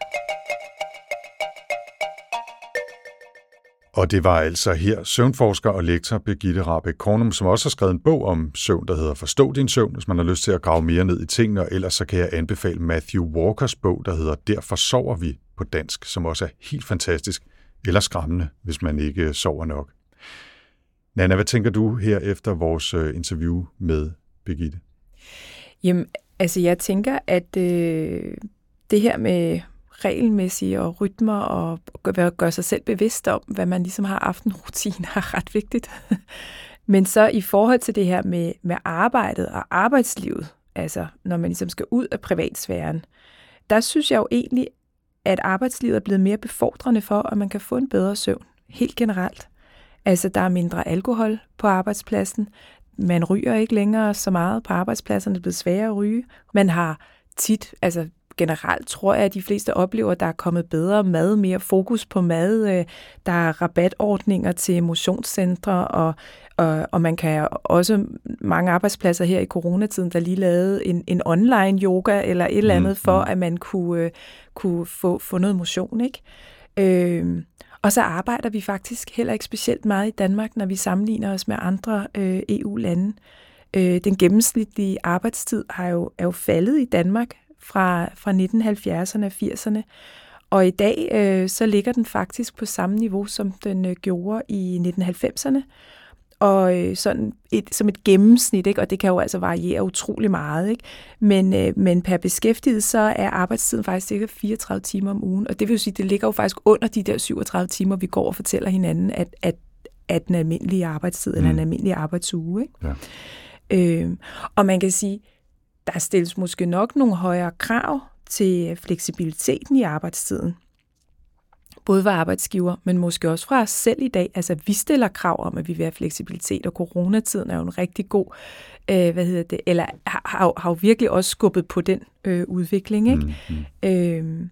Og det var altså her søvnforsker og lektor Birgitte Rahbek Kornum, som også har skrevet en bog om søvn, der hedder Forstå din søvn, hvis man har lyst til at grave mere ned i tingene, og ellers så kan jeg anbefale Matthew Walkers bog, der hedder Derfor sover vi på dansk, som også er helt fantastisk, eller skræmmende, hvis man ikke sover nok. Nanna, hvad tænker du her efter vores interview med Birgitte? Jamen, altså jeg tænker, at øh, det her med regelmæssige og rytmer og gøre gør sig selv bevidst om, hvad man ligesom har aftenrutine, er ret vigtigt. Men så i forhold til det her med, med arbejdet og arbejdslivet, altså når man ligesom skal ud af privatsfæren, der synes jeg jo egentlig, at arbejdslivet er blevet mere befordrende for, at man kan få en bedre søvn, helt generelt. Altså der er mindre alkohol på arbejdspladsen, man ryger ikke længere så meget på arbejdspladsen, det er blevet sværere at ryge. Man har tit, altså generelt tror jeg, at de fleste oplever, at der er kommet bedre mad, mere fokus på mad. Der er rabatordninger til motionscentre, og, og, og man kan også mange arbejdspladser her i coronatiden, der lige lavede en, en online yoga eller et eller andet, for at man kunne, kunne få, få noget motion, ikke? Øh, og så arbejder vi faktisk heller ikke specielt meget i Danmark, når vi sammenligner os med andre øh, E U-lande. Øh, den gennemsnitlige arbejdstid har jo, er jo faldet i Danmark fra, fra nitten halvfjerdserne og firserne, og i dag øh, så ligger den faktisk på samme niveau, som den øh, gjorde i nitten halvfemserne, og øh, sådan et, som et gennemsnit, ikke? Og det kan jo altså variere utrolig meget, ikke? Men, øh, men per beskæftiget, så er arbejdstiden faktisk cirka fireogtredive timer om ugen, og det vil jo sige, det ligger jo faktisk under de der syvogtredive timer, vi går og fortæller hinanden, at, at, at den almindelige arbejdstid, mm. eller en almindelig arbejdsuge, ikke? Ja. Øh, og man kan sige, der stilles måske nok nogle højere krav til fleksibiliteten i arbejdstiden. Både fra arbejdsgiver, men måske også fra os selv i dag. Altså, vi stiller krav om, at vi vil have fleksibilitet, og coronatiden er jo en rigtig god, øh, hvad hedder det, eller har, har, har jo virkelig også skubbet på den øh, udvikling, ikke? Mm-hmm. Øh,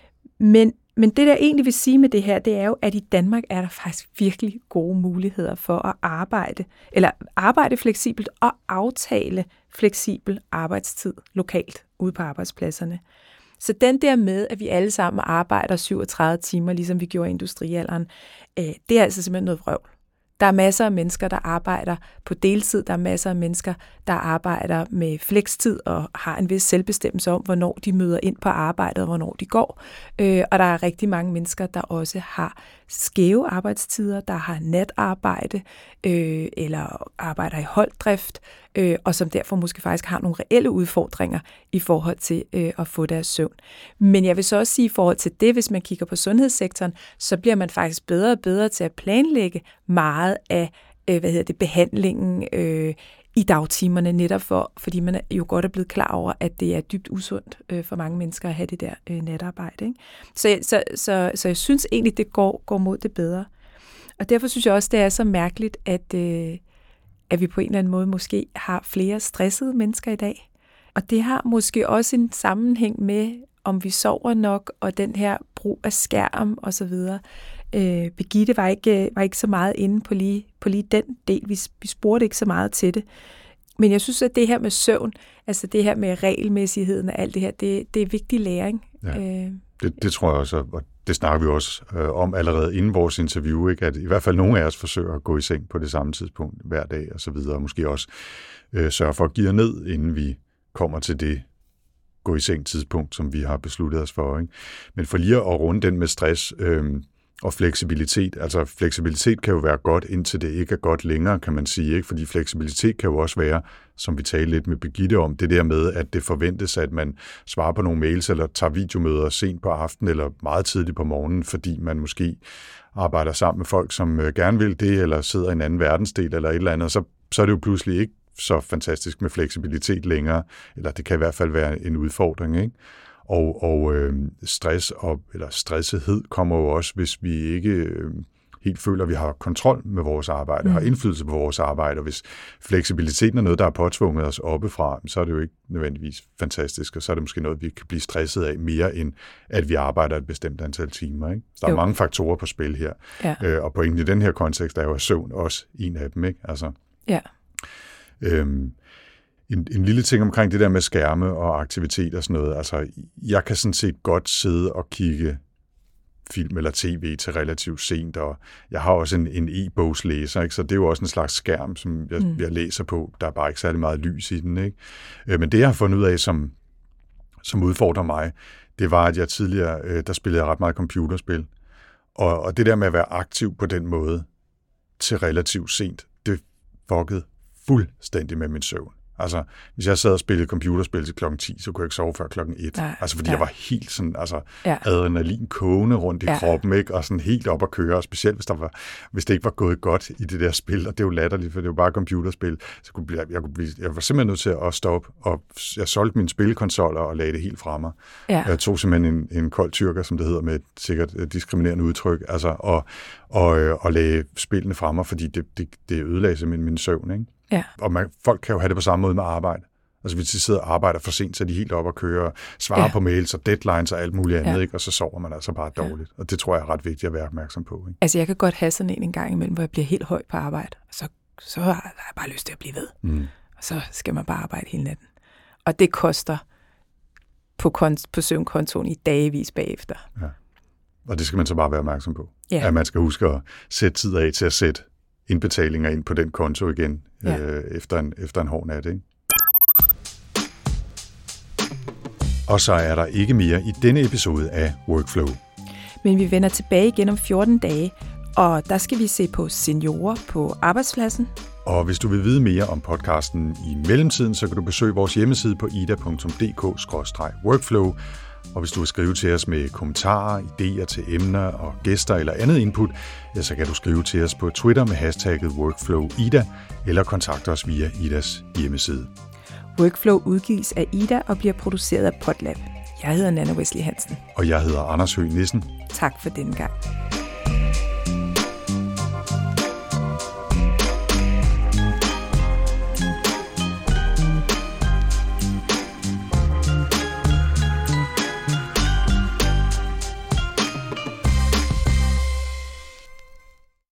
men, men det, der egentlig vil sige med det her, det er jo, at i Danmark er der faktisk virkelig gode muligheder for at arbejde, eller arbejde fleksibelt og aftale fleksibel arbejdstid lokalt ude på arbejdspladserne. Så den der med, at vi alle sammen arbejder syvogtredive timer, ligesom vi gjorde i industrialderen, øh, det er altså simpelthen noget vrøvl. Der er masser af mennesker, der arbejder på deltid. Der er masser af mennesker, der arbejder med flekstid og har en vis selvbestemmelse om, hvornår de møder ind på arbejdet og hvornår de går. Øh, og der er rigtig mange mennesker, der også har skæve arbejdstider, der har natarbejde øh, eller arbejder i holddrift, øh, og som derfor måske faktisk har nogle reelle udfordringer i forhold til øh, at få deres søvn. Men jeg vil så også sige, i forhold til det, hvis man kigger på sundhedssektoren, så bliver man faktisk bedre og bedre til at planlægge meget af øh, hvad hedder det, behandlingen øh, i dagtimerne, netop for, fordi man jo godt er blevet klar over, at det er dybt usundt øh, for mange mennesker at have det der øh, natarbejde, ikke? Så, så, så, så jeg synes egentlig, det går, går mod det bedre. Og derfor synes jeg også, det er så mærkeligt, at, øh, at vi på en eller anden måde måske har flere stressede mennesker i dag. Og det har måske også en sammenhæng med, om vi sover nok, og den her brug af skærm og så videre. Øh, Birgitte var ikke, var ikke så meget inde på lige, på lige den del. Vi, vi spurgte ikke så meget til det. Men jeg synes, at det her med søvn, altså det her med regelmæssigheden og alt det her, det, det er vigtig læring. Ja, øh, det, det tror jeg også, og det snakker vi også øh, om allerede inden vores interview, ikke? At i hvert fald nogle af os forsøger at gå i seng på det samme tidspunkt hver dag og så videre, og måske også øh, sørge for at give ned, inden vi kommer til det gå i seng tidspunkt, som vi har besluttet os for, ikke? Men for lige at runde den med stress øh, og fleksibilitet, altså fleksibilitet kan jo være godt, indtil det ikke er godt længere, kan man sige, ikke? Fordi fleksibilitet kan jo også være, som vi talte lidt med Birgitte om, det der med, at det forventes, at man svarer på nogle mails, eller tager videomøder sent på aftenen, eller meget tidligt på morgenen, fordi man måske arbejder sammen med folk, som øh, gerne vil det, eller sidder i en anden verdensdel, eller et eller andet, så, så er det jo pludselig ikke så fantastisk med fleksibilitet længere, eller det kan i hvert fald være en udfordring, ikke? Og, og øh, stress og, eller stressethed kommer jo også, hvis vi ikke øh, helt føler, at vi har kontrol med vores arbejde, mm. har indflydelse på vores arbejde, og hvis fleksibiliteten er noget, der er påtvunget os oppefra, så er det jo ikke nødvendigvis fantastisk, og så er det måske noget, vi kan blive stresset af mere, end at vi arbejder et bestemt antal timer, ikke? Så der jo. er mange faktorer på spil her, ja. øh, og pointen i den her kontekst er jo, at søvn også en af dem, ikke? Altså, Ja. Øhm, en, en lille ting omkring det der med skærme og aktivitet og sådan noget. Altså, jeg kan sådan set godt sidde og kigge film eller tv til relativt sent, og jeg har også en, en e-bogslæser, ikke? Så det er jo også en slags skærm, som jeg, mm. jeg læser på. Der er bare ikke særlig meget lys i den, ikke? Men det, jeg har fundet ud af, som, som udfordrer mig, det var, at jeg tidligere, der spillede ret meget computerspil, og, og det der med at være aktiv på den måde til relativt sent, det fuckede fuldstændig med min søvn. Altså, hvis jeg sad og spillede computerspil til klokken ti, så kunne jeg ikke sove før klokken et. Nej, altså, fordi ja. jeg var helt sådan, altså, ja. adrenalin kogende rundt i ja. kroppen, ikke? Og sådan helt op at køre, og specielt hvis, der var, hvis det ikke var gået godt i det der spil, og det er jo latterligt, for det er jo bare computerspil, så kunne jeg, jeg, kunne blive, jeg var simpelthen nødt til at stoppe, og jeg solgte mine spilkonsoller og lagde det helt fra mig. Ja. Jeg tog simpelthen en, en kold tyrker, som det hedder, med et sikkert diskriminerende udtryk, altså, og, og, og lagde spillene fra mig, fordi det, det, det ødelagde simpelthen min søvn, ikke? Ja. Og man, folk kan jo have det på samme måde med arbejde. Altså hvis de sidder og arbejder for sent, så er de helt op og kører, svarer ja. på mails og deadlines og alt muligt andet, ja. ikke? Og så sover man altså bare dårligt. Ja. Og det tror jeg er ret vigtigt at være opmærksom på. Ikke? Altså jeg kan godt have sådan en en gang imellem, hvor jeg bliver helt høj på arbejde, og så, så har jeg bare lyst til at blive ved. Mm. Og så skal man bare arbejde hele natten. Og det koster på, kont- på søvnkontoen i dagevis bagefter. Ja. Og det skal man så bare være opmærksom på. Ja. At man skal huske at sætte tid af til at sætte indbetalinger ind på den konto igen, ja. øh, efter, en, efter en hård nat, ikke? Og så er der ikke mere i denne episode af Workflow. Men vi vender tilbage igen om fjorten dage, og der skal vi se på seniorer på arbejdspladsen. Og hvis du vil vide mere om podcasten i mellemtiden, så kan du besøge vores hjemmeside på ida punktum d k skråstreg workflow. Og hvis du vil skrive til os med kommentarer, idéer til emner og gæster eller andet input, ja, så kan du skrive til os på Twitter med hashtagget WorkflowIda, eller kontakte os via Idas hjemmeside. Workflow udgives af Ida og bliver produceret af Podlab. Jeg hedder Nanna Wesley Hansen. Og jeg hedder Anders Høgh Nissen. Tak for denne gang.